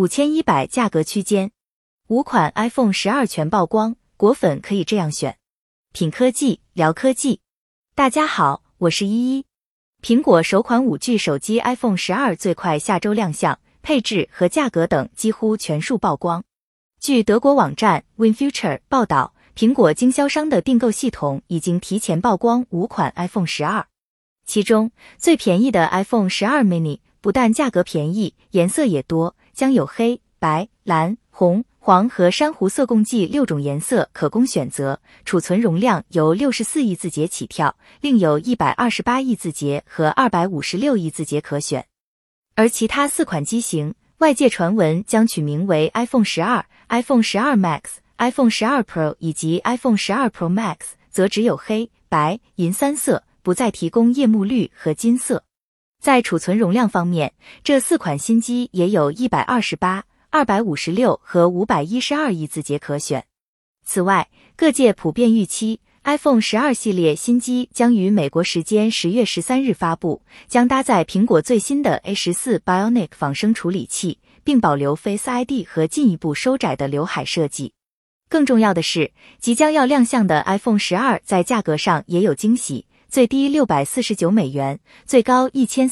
5100价格区间，5款 iPhone 12全曝光，果粉可以这样选。品科技，聊科技。大家好，我是依依。苹果首款 5G 手机 iPhone 12最快下周亮相，配置和价格等几乎全数曝光。据德国网站 WinFuture 报道，苹果经销商的订购系统已经提前曝光5款 iPhone 12，其中最便宜的 iPhone 12 mini 不但价格便宜，颜色也多，将有黑、白、蓝、红、黄和珊瑚色共计6种颜色可供选择，储存容量由64亿字节起跳，另有128亿字节和256亿字节可选。而其他4款机型，外界传闻将取名为 iPhone 12、iPhone 12 Max、iPhone 12 Pro 以及 iPhone 12 Pro Max， 则只有黑、白、银3色，不再提供夜幕绿和金色。在储存容量方面，这4款新机也有128、256和512亿字节可选。此外，各界普遍预期 iPhone 12系列新机将于美国时间10月13日发布，将搭载苹果最新的 A14 Bionic 仿生处理器，并保留 Face ID 和进一步收窄的刘海设计。更重要的是，即将要亮相的 iPhone 12在价格上也有惊喜，最低649美元，最高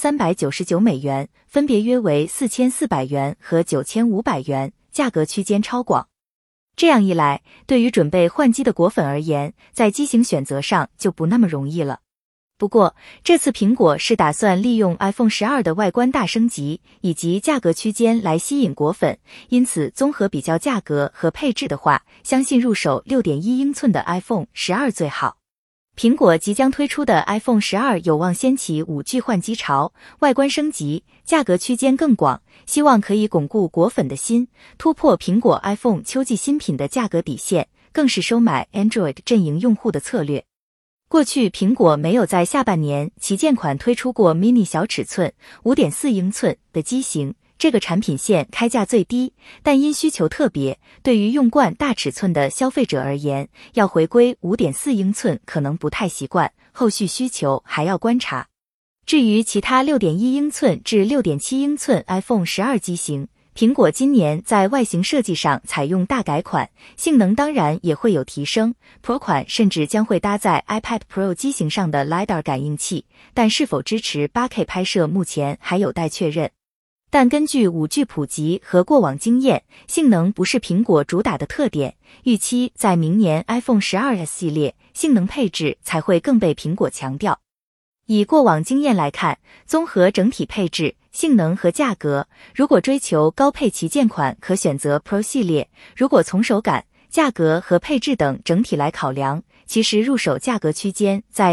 1399美元，分别约为4400元和9500元，价格区间超广。这样一来，对于准备换机的果粉而言，在机型选择上就不那么容易了。不过，这次苹果是打算利用 iPhone 12的外观大升级以及价格区间来吸引果粉，因此综合比较价格和配置的话，相信入手 6.1 英寸的 iPhone 12最好。苹果即将推出的 iPhone 12有望掀起 5G 换机潮，外观升级，价格区间更广，希望可以巩固果粉的心，突破苹果 iPhone 秋季新品的价格底线，更是收买 Android 阵营用户的策略。过去苹果没有在下半年旗舰款推出过 mini 小尺寸 5.4 英寸的机型，这个产品线开价最低，但因需求特别，对于用惯大尺寸的消费者而言，要回归 5.4 英寸可能不太习惯，后续需求还要观察。至于其他 6.1 英寸至 6.7 英寸 iPhone 12机型，苹果今年在外形设计上采用大改款，性能当然也会有提升， Pro 款甚至将会搭载 iPad Pro 机型上的 LiDAR 感应器，但是否支持 8K 拍摄目前还有待确认。但根据 5G 普及和过往经验，性能不是苹果主打的特点，预期在明年 iPhone 12S 系列，性能配置才会更被苹果强调。以过往经验来看，综合整体配置、性能和价格，如果追求高配旗舰款可选择 Pro 系列，如果从手感、价格和配置等整体来考量，其实入手价格区间在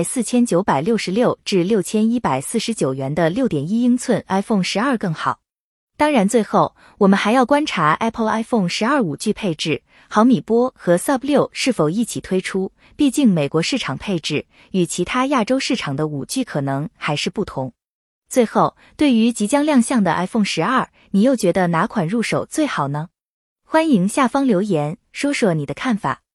4966至6149元的 6.1 英寸 iPhone 12更好。当然最后，我们还要观察 Apple iPhone 12 5G 配置，毫米波和 Sub 6是否一起推出，毕竟美国市场配置与其他亚洲市场的 5G 可能还是不同。最后，对于即将亮相的 iPhone 12，你又觉得哪款入手最好呢？欢迎下方留言，说说你的看法。